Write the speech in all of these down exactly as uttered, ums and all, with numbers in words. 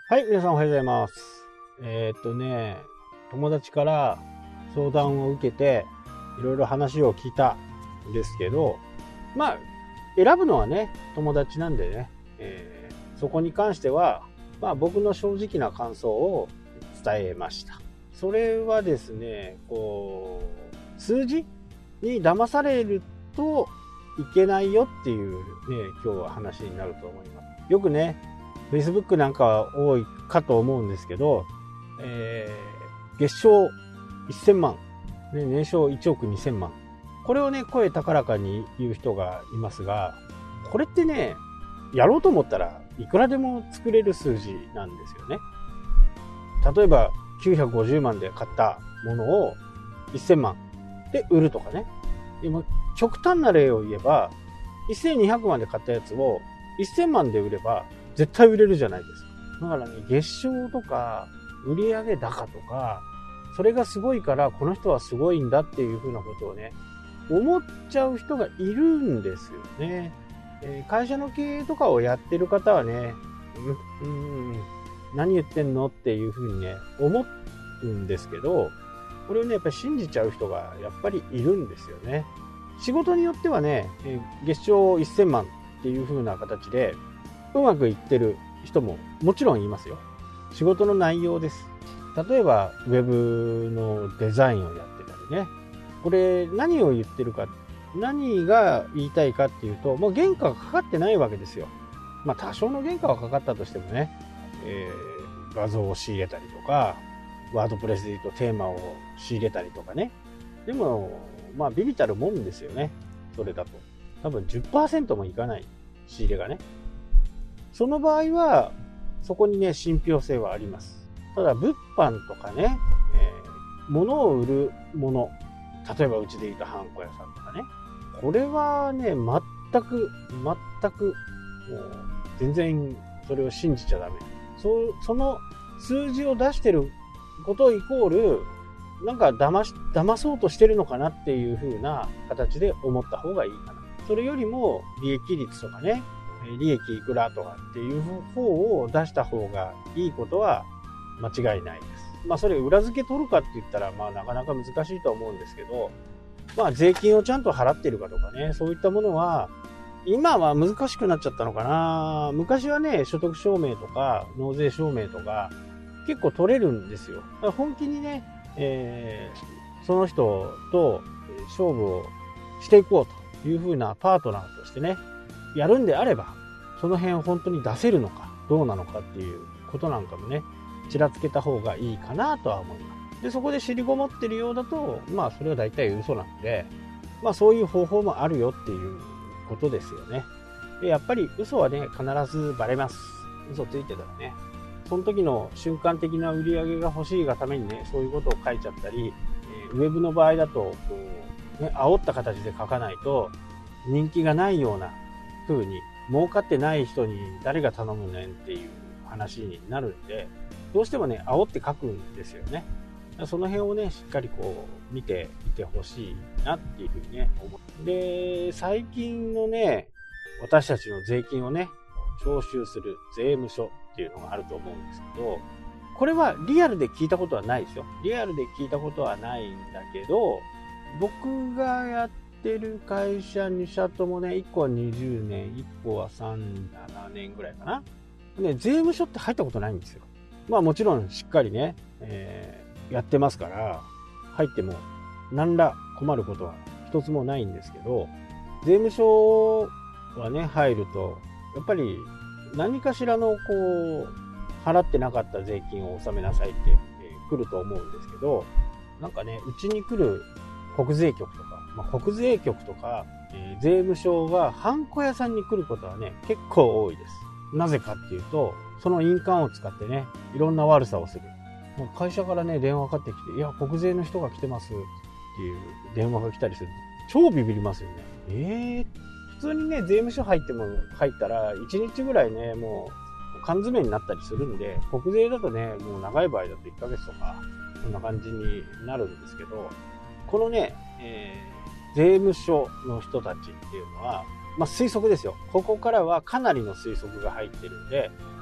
はい、皆さんおはようございます。えー、っとね、友達から相談を受けて、いろいろ話を聞いたんですけど、まあ、選ぶのはね、友達なんでね、えー、そこに関しては、まあ僕の正直な感想を伝えました。それはですね、こう、数字に騙されるといけないよっていうね、今日は話になると思います。よくね、Facebook なんかは多いかと思うんですけど、えー、月賞せんまん、ね、年商いちおくにせんまん。これをね、声高らかに言う人がいますが、これってね、やろうと思ったらいくらでも作れる数字なんですよね。例えばきゅうひゃくごじゅうまんで買ったものをせんまんで売るとかね。今極端な例を言えば、せんにひゃくまんで買ったやつをせんまんで売れば絶対売れるじゃないですか。だからね、月賞とか売上高とか、それがすごいからこの人はすごいんだっていうふうなことをね、思っちゃう人がいるんですよね。えー、会社の経営とかをやってる方はね、うん、うん、何言ってんのっていうふうにね、思うんですけど、これをね、やっぱり信じちゃう人がやっぱりいるんですよね。仕事によってはね、えー、月賞せんまんっていうふうな形で、うまくいってる人ももちろんいますよ。仕事の内容です。例えばウェブのデザインをやってたりね。これ何を言ってるか、何が言いたいかっていうと、もう原価がかかってないわけですよ。まあ多少の原価はかかったとしてもね、えー、画像を仕入れたりとか、ワードプレスで言うとテーマを仕入れたりとかね。でもまあビビたるもんですよね。それだと多分 じゅっパーセント もいかない仕入れがね。その場合は、そこにね、信憑性はあります。ただ、物販とかね、えー、物を売るもの、例えばうちで言うとハンコ屋さんとかね、これはね、全く、全く、もう、全然それを信じちゃダメ。そ, その数字を出してることイコール、なんか騙し、騙そうとしてるのかなっていう風な形で思った方がいいかな。それよりも、利益率とかね、利益いくらとかっていう方を出した方がいいことは間違いないです。まあそれ裏付け取るかって言ったらまあなかなか難しいと思うんですけど、まあ税金をちゃんと払ってるかとかね、そういったものは今は難しくなっちゃったのかな。昔はね、所得証明とか納税証明とか結構取れるんですよ。だから本気にね、えー、その人と勝負をしていこうというふうなパートナーとしてね、やるんであれば、その辺を本当に出せるのかどうなのかっていうことなんかもね、ちらつけた方がいいかなとは思います。で、そこで尻ごもってるようだと、まあそれは大体嘘なんで、まあそういう方法もあるよっていうことですよね。で、やっぱり嘘はね、必ずバレます。嘘ついてたらね。その時の瞬間的な売り上げが欲しいがためにね、そういうことを書いちゃったり、えー、ウェブの場合だと、こう、ね、煽った形で書かないと人気がないような風に儲かってない人に誰が頼むねんっていう話になるんで、どうしてもね煽って書くんですよね。その辺をねしっかりこう見ていてほしいなっていうふうにね思う。で、最近のね私たちの税金をね徴収する税務署っていうのがあると思うんですけど、これはリアルで聞いたことはないですよ。リアルで聞いたことはないんだけど、僕がやっててる会社に社ともね、いっこはにじゅうねん、いっこはさんじゅうななねんぐらいかな。ね、税務署って入ったことないんですよ。まあもちろんしっかりね、えー、やってますから、入っても何ら困ることは一つもないんですけど、税務署はね、入ると、やっぱり何かしらのこう、払ってなかった税金を納めなさいって、えー、来ると思うんですけど、なんかね、うちに来る国税局とか、まあ、国税局とか、えー、税務署がハンコ屋さんに来ることはね、結構多いです。なぜかっていうと、その印鑑を使ってね、いろんな悪さをする。もう会社からね、電話かかってきて、いや、国税の人が来てますっていう電話が来たりする。超ビビりますよね。えー、普通にね、税務署入っても、入ったら、いちにちぐらいね、もう、缶詰になったりするんで、国税だとね、もう長い場合だといっかげつとか、そんな感じになるんですけど、このね、えー、税務署の人たちっていうのは、まあ推測ですよ。ここからはかなりの推測が入ってるんで、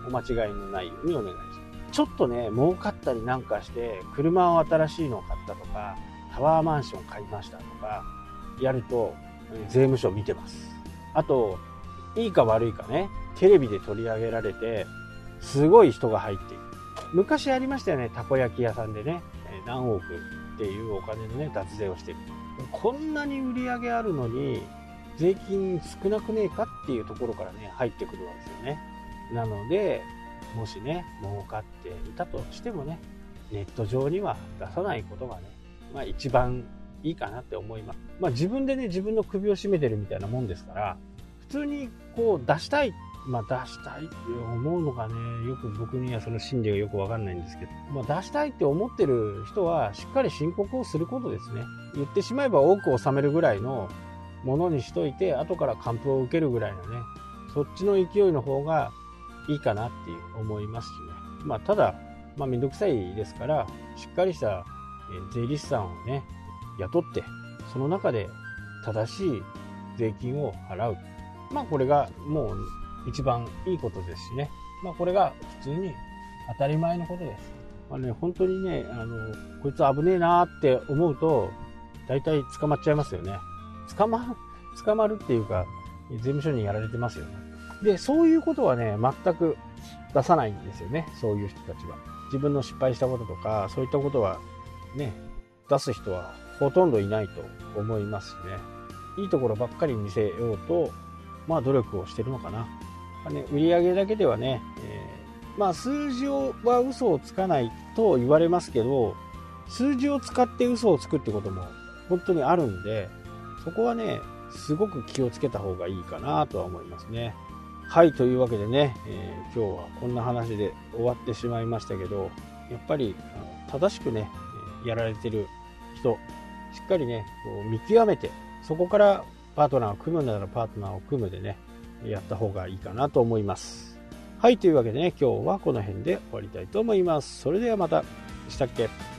お間違いのないようにお願いします。ちょっとね儲かったりなんかして車を新しいのを買ったとかタワーマンション買いましたとかやると税務署見てます。あといいか悪いかねテレビで取り上げられてすごい人が入っている。昔ありましたよね、たこ焼き屋さんでね何億っていうお金のね脱税をしている。こんなに売り上げあるのに税金少なくねえかっていうところからね入ってくるわけですよね。なのでもしね儲かっていたとしてもねネット上には出さないことがね、まあ、一番いいかなって思います。まあ、自分でね自分の首を絞めてるみたいなもんですから普通にこう出したい、まあ、出したいって思うのがねよく僕にはその心理がよく分かんないんですけど、まあ、出したいって思ってる人はしっかり申告をすることですね。言ってしまえば多く納めるぐらいのものにしといて後から還付を受けるぐらいのねそっちの勢いの方がいいかなっていう思いますしね。まあただまあめんどくさいですからしっかりした税理士さんをね雇ってその中で正しい税金を払う。まあこれがもう一番いいことですしね。まあこれが普通に当たり前のことです。まあね本当にねあのこいつ危ねえなって思うと大体捕まっちゃいますよね。捕まる捕まるっていうか税務署にやられてますよね。でそういうことはね全く出さないんですよね。そういう人たちは自分の失敗したこととかそういったことはね出す人はほとんどいないと思いますしね。いいところばっかり見せようとまあ努力をしてるのかな。まあね、売上だけではね、えー、まあ数字は嘘をつかないと言われますけど数字を使って嘘をつくってことも本当にあるんでそこはねすごく気をつけた方がいいかなとは思いますね。はいというわけでね、えー、今日はこんな話で終わってしまいましたけどやっぱり正しくねやられてる人しっかりねこう見極めてそこからパートナーを組むならパートナーを組むでねやった方がいいかなと思います。はいというわけでね今日はこの辺で終わりたいと思います。それではまた。したっけ。